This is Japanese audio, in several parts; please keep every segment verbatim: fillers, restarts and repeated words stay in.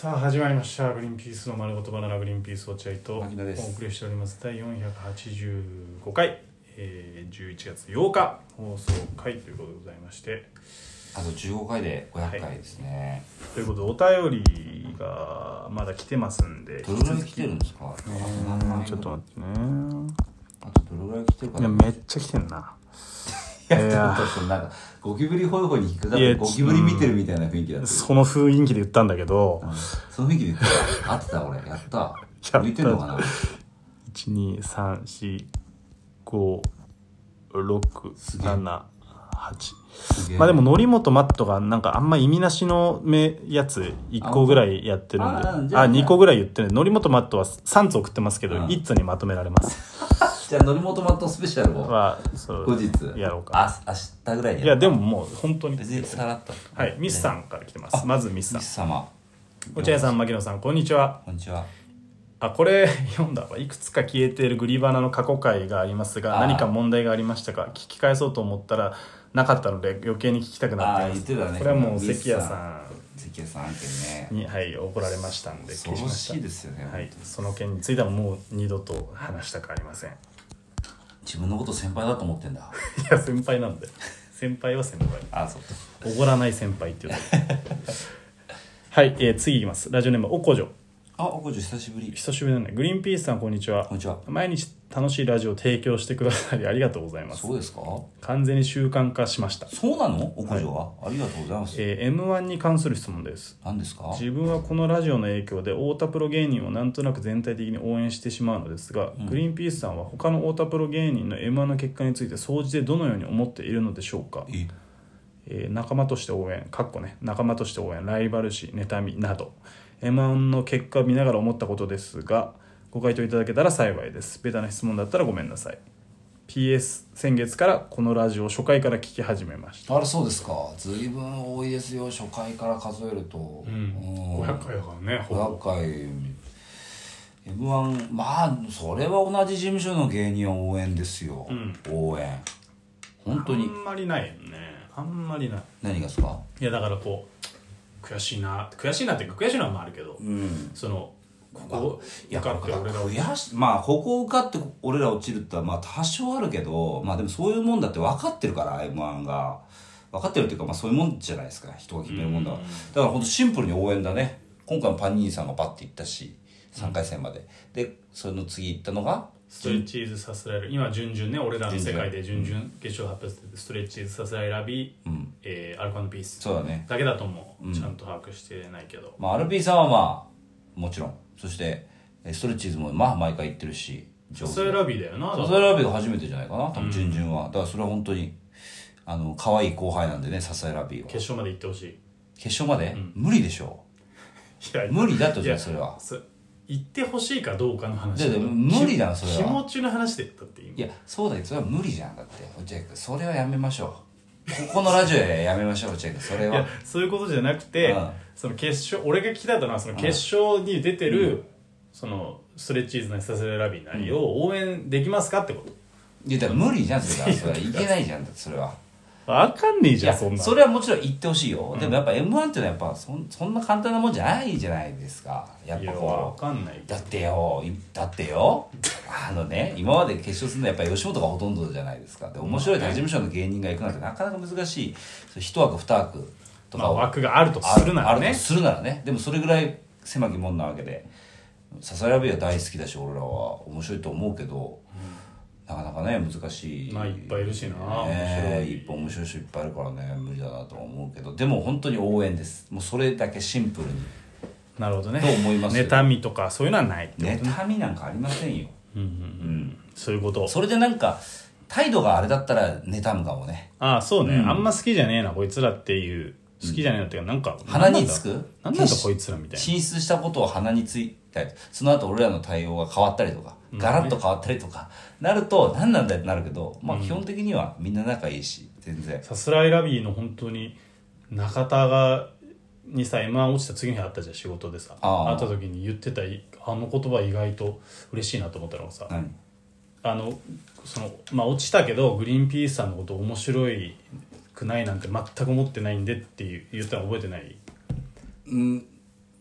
さあ始まりました。グリーンピースの丸ごとバナナグリーンピース落合とお牧野です送りしておりますだいよんひゃくはちじゅうごかい、えー、じゅういちがつようか放送回ということでございまして、 あとじゅうごかいでごひゃっかいですね、 はい、ということでお便りがまだ来てますんで、 どれぐらい来てるんですか？ ちょっと待ってね。 あとどれぐらい来てるかな。 いやめっちゃ来てんな。 いや、いやちょっとなんかゴキブリホイホイに引っかかってゴキブリ見てるみたいな雰囲気だった。 その雰囲気で言ったんだけど、 うん、その雰囲気で言った合ってた。俺やった向いてんのかな。 いちにさんしごろくななはち、まあでも則本マットがなんかあんま意味なしのめやついっこぐらいやってるんで、ああにこぐらい言ってる。則本マットはさんつ送ってますけど、うん、いっつにまとめられます。 じゃあ則本マットスペシャルを後日やろうか。 あ明日ぐらいにやる。 いやでももう本当に別にさらっと。 はい、ミスさんから来てます。まずミスさん。 ミス様。 落合さん、牧野さん、こんにちは。 こんにちは。 あ、これ読んだわ。いくつか消えているグリバナの過去回がありますが、何か問題がありましたか？聞き返そうと思ったらなかったので余計に聞きたくなっています。 あ、言ってたね。 これはもう関谷さん関谷さん案件ねに、はい、怒られましたんで消しました。恐ろしいですよね。 はい、その件についてはもう二度と話したくありません。 自分のこと先輩だと思ってんだ。 いや先輩なんで。先輩は先輩。 あ、そうか。おごらない先輩っていうはい、えー、次いきます。ラジオネームおこじょ。 あ、おこじょ久しぶり。 久しぶりだね。グリーンピースさん、こんにちは。 こんにちは。 毎日楽しいラジオを提供してくださりありがとうございます。 そうですか？ 完全に習慣化しました。 そうなの？おこじょは、はい、ありがとうございます。 えー、エムワン に関する質問です。 何ですか？ 自分はこのラジオの影響で太田プロ芸人をなんとなく全体的に応援してしまうのですが、うん、グリーンピースさんは他の太田プロ芸人の エムワン の結果について総じてどのように思っているのでしょうか？ええー、仲間として応援、かっこね、仲間として応援、ライバル視、妬みなど エムワン の結果を見ながら思ったことですが、ご回答いただけたら幸いです。ベタな質問だったらごめんなさい。 ピーエス 先月からこのラジオを初回から聞き始めました。 あれ、そうですか。随分多いですよ、初回から数えると、うん、 ごひゃっかいだからね。 ごひゃっかい エムワン、 まあそれは同じ事務所の芸人は応援ですよ、うん、応援本当にあんまりないよね。あんまりない。 何がですか？ いやだからこう悔しいな悔しいなっていうか悔しいのはまああるけど、うん、そのここ受かって俺ら悔しまあここ受かって俺ら落ちるってまあ多少あるけど、まあでもそういうもんだって分かってるから エムワン が分かってるっていうか、まあそういうもんじゃないですか、人が決めるもんだから、だからほんとシンプルに応援だね。今回もパニーニさんがバッて行ったしさんかい戦まで、でそれの次行ったのがストレッチーズさすらいラビー、今準々ね、俺らの世界で準々決勝発表してて、ストレッチーズさすらいラビー、うんえー、アルコ&ピース、 そうだね、 だけだと思う、うん、ちゃんと把握してないけど、 まあ、アルピーさんはまあもちろん、そしてストレッチーズもまあ毎回行ってるし、 さすらいラビーだよな。 さすらいラビーが初めてじゃないかな多分準々は、うん、だからそれは本当にあの可愛い後輩なんでね、さすらいラビーは決勝まで行ってほしい。 決勝まで、うん、無理でしょ。いや無理だと。じゃあそれは行ってほしいかどうかの話で無理だな、それは気持ちの話でだって。 いやそうだけどそれは無理じゃん。だって落合君それはやめましょう。ここのラジオでやめましょう落合君それは。いやそういうことじゃなくて、うん、その決勝、俺が聞きたいのはその決勝に出てる、うん、そのストレッチーズなりさすらいラビーなりを応援できますかってこと。 いやだから無理じゃんそれは。それはいけないじゃん。だってそれは分かんねえじゃんそんな。 それはもちろん言ってほしいよ、うん、でもやっぱ エムワン っていうのはやっぱ そ, そんな簡単なもんじゃないじゃないですか。やっぱこう分かんない。 だってよだってよあのね今まで決勝するのはやっぱ吉本がほとんどじゃないですか。で面白い他事務所の芸人が行くなんてなかなか難しい。一枠二枠とか、 まあ、枠があるとするならね。 あるとするならね。でもそれぐらい狭き門なわけで、ささやびは大好きだし俺らは面白いと思うけど、なかなかね難しい。 まあいっぱいいるしな、 ね、面白いいっぱい面白い人いっぱいいるからね無理だなとは思うけど、でも本当に応援です。もうそれだけシンプルに。 なるほどね。 と思いますよ。 妬みとかそういうのはないってことね。 妬みなんかありませんよ。 うんうんうん、うん、そういうこと。 それでなんか態度があれだったら妬むかもね。 ああそうね、うん、あんま好きじゃねえなこいつらっていう、好きじゃねえなっていうか、なんか鼻につくなんなんだこいつらみたいな。 進出したことを鼻についたり、その後俺らの対応が変わったりとか、ガラッと変わったりとかなると何なんだよってなるけど、まあ基本的にはみんな仲いいし全然。 さすらいラビーの本当に中田がにさ エムワン 落ちた次の日あったじゃん仕事でさ、会った時に言ってたあの言葉意外と嬉しいなと思ったのがさ、あのそのまあ落ちたけどグリーンピースさんのこと面白いくないなんて全く思ってないんでっていう言ったの覚えてない？ うん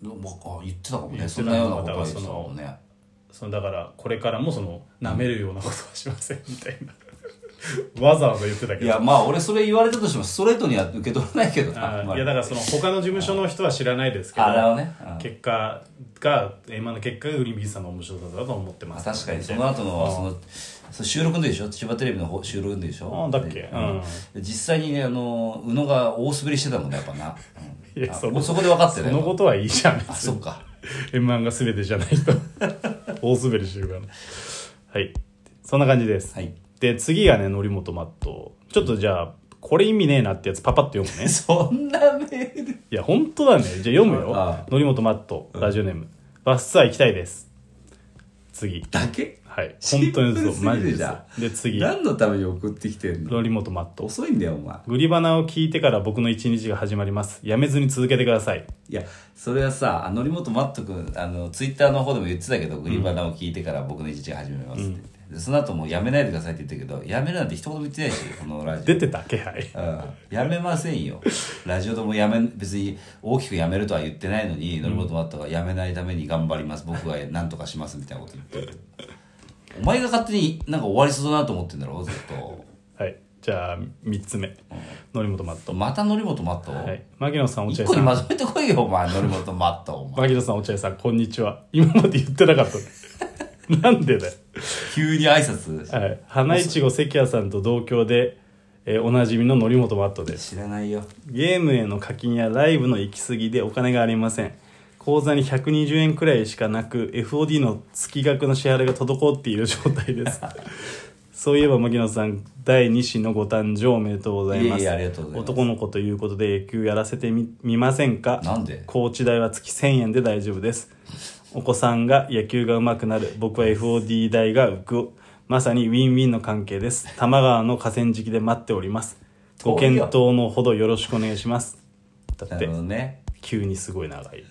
なんか言ってたかもね。 言ってたそんなようなことだからは言ってたかもね。 そのだからこれからもその舐めるようなことはしませんみたいなわざわざ言ってたけど、 いやまあ俺それ言われたとしてもストレートには受け取らないけどな。 あいやだからその他の事務所の人は知らないですけど、 あなるほどね、うん、 結果が今の結果がグリーンピースさんの面白さだと思ってます、 まあ、確かにその後のそのその収録の時でしょ、千葉テレビの方収録の時でしょ。 あだっけ、うん、 で実際にねあの宇野が大滑りしてたもんねやっぱな、うん、 いやそそこで分かってね。 そのことはいいじゃん。 あそっかエムワン が全てじゃないと大滑りしてるからはいそんな感じです、 はい、で次がね則本マット。ちょっとじゃあこれ意味ねえなってやつパパッと読むねそんなメール。 いや本当だね。じゃあ読むよ。則本マットラジオネーム、うん、バスツアー行きたいです。次だけ。 はい本当にそうマジです。で次何のために送ってきてんの。 則本マット遅いんだよお前。 グリバナを聞いてから僕の一日が始まります。やめずに続けてください。 いやそれはさ則本マット君あのツイッターの方でも言ってたけど、グリバナを聞いてから僕の一日が始まりますって言って、うん、でその後もうやめないでくださいって言ったけど、やめるなんて一言も言ってないしこのラジオ出てた気配、 うん、やめませんよラジオでもやめ別に大きくやめるとは言ってないのに、則本マットがやめないために頑張ります僕は何とかしますみたいなこと言ってるお前が勝手になんか終わりそうだなと思ってんだろずっと。 はいじゃあみっつめ、則本マット。 また則本マット、 はい、牧野さん落合さん一個にまとめてこいよお前則本マットお前牧野さん落合さんこんにちは。今まで言ってなかったなんでだよ急に挨拶。 はい花いちご関谷さんと同郷で、えー、おなじみの則本マットです。 知らないよ。 ゲームへの課金やライブの行き過ぎでお金がありません。口座にひゃくにじゅうえんくらいしかなく エフオーディー の月額の支払いが滞っている状態ですそういえば牧野さんだいに子のご誕生おめでとうございます。 いやいやありがとうございます。 男の子ということで野球やらせて み, みませんか。 なんで。 コーチ代は月せんえんで大丈夫です。お子さんが野球が上手くなる、僕は エフオーディー 代が浮く、まさにウィンウィンの関係です。多摩川の河川敷で待っております。ご検討のほどよろしくお願いします。だってなるほどね。 急にすごい長い。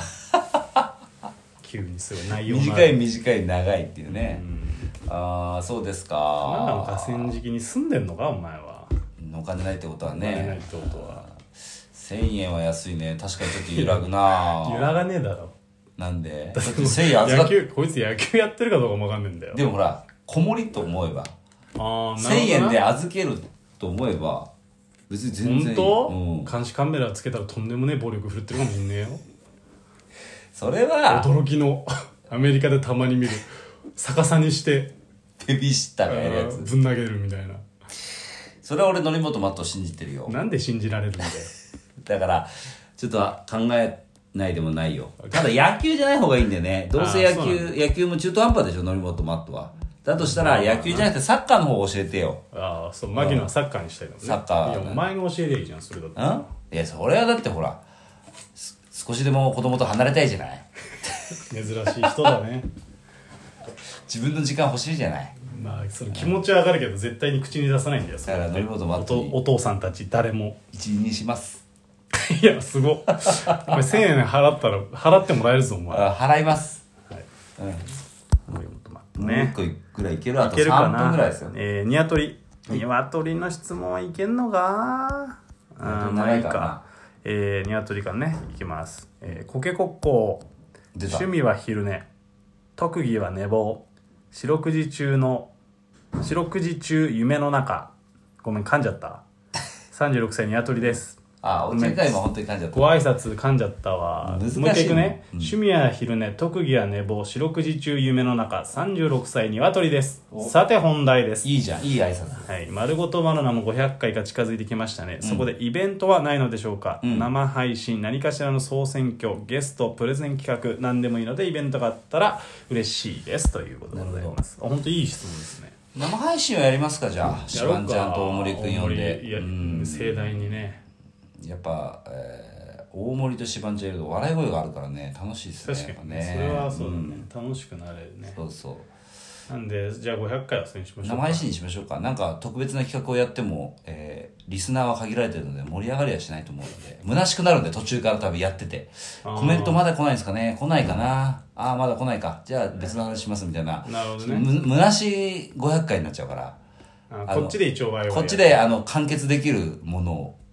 急にすごい内容短い短い長いっていうね、うん、ああそうですか。 多摩川の河川敷に住んでんのかお前は。 お金ないってことはね。 お金ないってことはせんえんは安いね。確かにちょっと揺らぐな揺らがねえだろ。 なんでだってせんえん預かっ野球こいつ野球やってるかどうかも分かんねえんだよ。 でもほら子守りと思えばあせんえんで預けると思えば別に全然本当、 うん、 監視カメラつけたらとんでもねえ暴力振るってるかもしんねえよそれは驚きのアメリカでたまに見る逆さにしてベビーシッターがやるやつぶん投げるみたいな。 それは俺則本マットを信じてるよ。 なんで信じられるんだよだからちょっと考えないでもないよ。ただ野球じゃない方がいいんだよね。どうせ野球野球も中途半端でしょ則本マットは。だとしたら野球じゃなくてサッカーの方を教えてよ。 ああそう牧野はサッカーにしたいのね。 サッカーいやお前が教えりゃいいじゃんそれだって。 んいやそれはだってほら少しでも子供と離れたいじゃない。 珍しい人だね自分の時間欲しいじゃない。 まあその気持ちは上がるけど絶対に口に出さないんだよ。 だから則本マットにお, お父さんたち誰も一員にしますいやすごっお前せんえん払ったら払ってもらえるぞお前。 あ払います、はいうんもう一個ね、もう一個ぐらいいける。あといけるかさんぷんぐらいですよ。 えー、ニワトリニワトリの質問はいけんのか。あまあいいか。えー、ニワトリからねいきます。えー、コケコッコー趣味は昼寝特技は寝坊四六時中の四六時中夢の中。ごめん噛んじゃったさんじゅうろくさいニワトリです。 あ、お茶会も本当に噛んじゃった。 ご挨拶噛んじゃったわ。 難しい。 もう一回いくね、 うん、 趣味は昼寝特技は寝坊四六時中夢の中さんじゅうろくさいニワトリです。さて本題です。 いいじゃんいい挨拶。 はい、丸ごとバナナもごひゃっかいが近づいてきましたね、うん、そこでイベントはないのでしょうか、うん、生配信何かしらの総選挙ゲストプレゼン企画何でもいいのでイベントがあったら嬉しいですということでございます。本当いい質問ですね。 生配信をやりますか。じゃあシバンちゃんと大森くん呼んでいや、うん、盛大にね。 やっぱ、えー、大森とシバンちゃんいると笑い声があるからね楽しいですね。 確かにねそれはそうだね、うん、楽しくなれるね。 そうそうなんでじゃあごひゃっかいはそれにしましょうか。 生配信にしましょうか。なんか特別な企画をやっても、えー、リスナーは限られてるので盛り上がりはしないと思うので虚しくなるんで途中から多分やっててコメントまだ来ないんですかね。来ないかなああまだ来ないかじゃあ別の話しますみたいな。 なるほどね。 む虚しごひゃっかいになっちゃうからあこっちで一応ワイワイこっちであの完結できるものを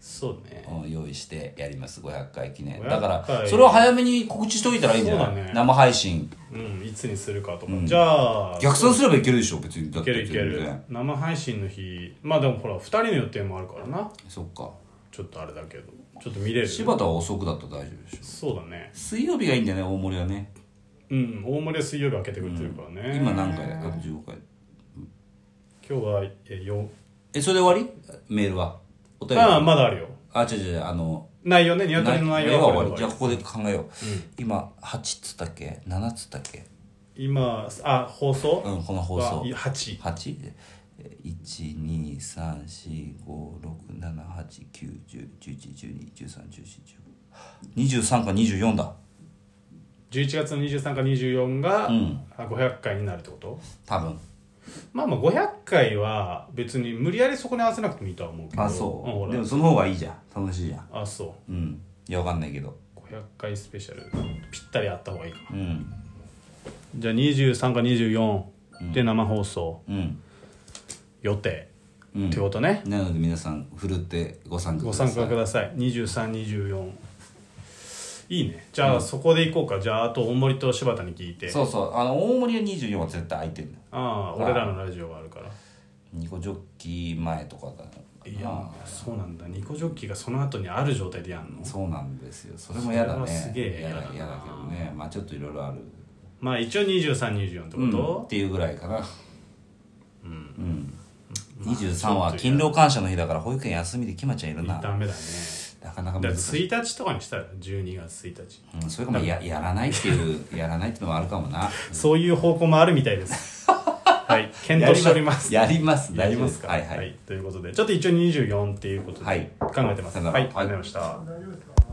そうね、 うん、用意してやります。ごひゃっかい記念ごひゃっかいだからそれを早めに告知しておいたらいいんじゃない？ そうだね、 生配信、 うん、いつにするかとか、 うん、 じゃあ逆算すればいけるでしょ別に。だっていけるいける。生配信の日、まあでもほらふたりの予定もあるからな。 そっか、 ちょっとあれだけどちょっと見れる。 柴田は遅くだったら大丈夫でしょ。 そうだね、 水曜日がいいんだよね大森はね。 うん大森は水曜日開けてくれてるからね、 うん、今何回だよじゅうごかい。 今日はえよえそれで終わり？メールはお便りああまだあるよ。 あ違う違うあの内容ね、ニワトリの内容は終わり。じゃあここで考えよう、うん、今はちっつったっけななっつったっけ今。あ放送、 うんこの放送はちはち いちにさんしごろくななはちきゅうじゅうじゅういちじゅうにじゅうさんじゅうよんじゅうごにじゅうさんかにじゅうよんだ。 じゅういちがつのにじゅうさんかにじゅうよんが、 うん、 ごひゃっかいになるってこと？ 多分まあまあごひゃっかいは別に無理やりそこに合わせなくてもいいとは思うけど。 あそう、 うん、 でもその方がいいじゃん、楽しいじゃん。 あそううんいやわかんないけどごひゃっかいスペシャルぴったりあった方がいいかな。 うんじゃあにじゅうさんかにじゅうよんで生放送、 うん、 予定、 うん、 ってことね。 なので皆さんふるってご参加ください。 ご参加ください。にじゅうさん、にじゅうよんいいね。じゃあ、うん、そこで行こうか。じゃああと大森と柴田に聞いて。 そうそうあの大森はにじゅうよんは絶対空いてるんだよ。 ああ俺らのラジオがあるから。 ニコジョッキー前とかだ。 いやそうなんだ。ニコジョッキーがその後にある状態でやんの？ そうなんですよ。それも嫌だね。 すげえ嫌だ嫌だけどね。まあちょっといろいろある。 まあ一応にじゅうさん、にじゅうよんってこと、 うん、っていうぐらいかな。 うん、 うんにじゅうさんは勤労感謝の日だから保育園休みで決まっちゃいるな。 ダメだね。 なかなか難しい。 ついたちとかにしたらじゅうにがつついたち、 うん、それかも や, やらないっていうやらないっていうのもあるかもな。 そういう方向もあるみたいですはい検討しております。 やりますやりますか。 はいはい、 はい、ということでちょっと一応にじゅうよんっていうことで考えてます。はい、はい、ありがとうございました。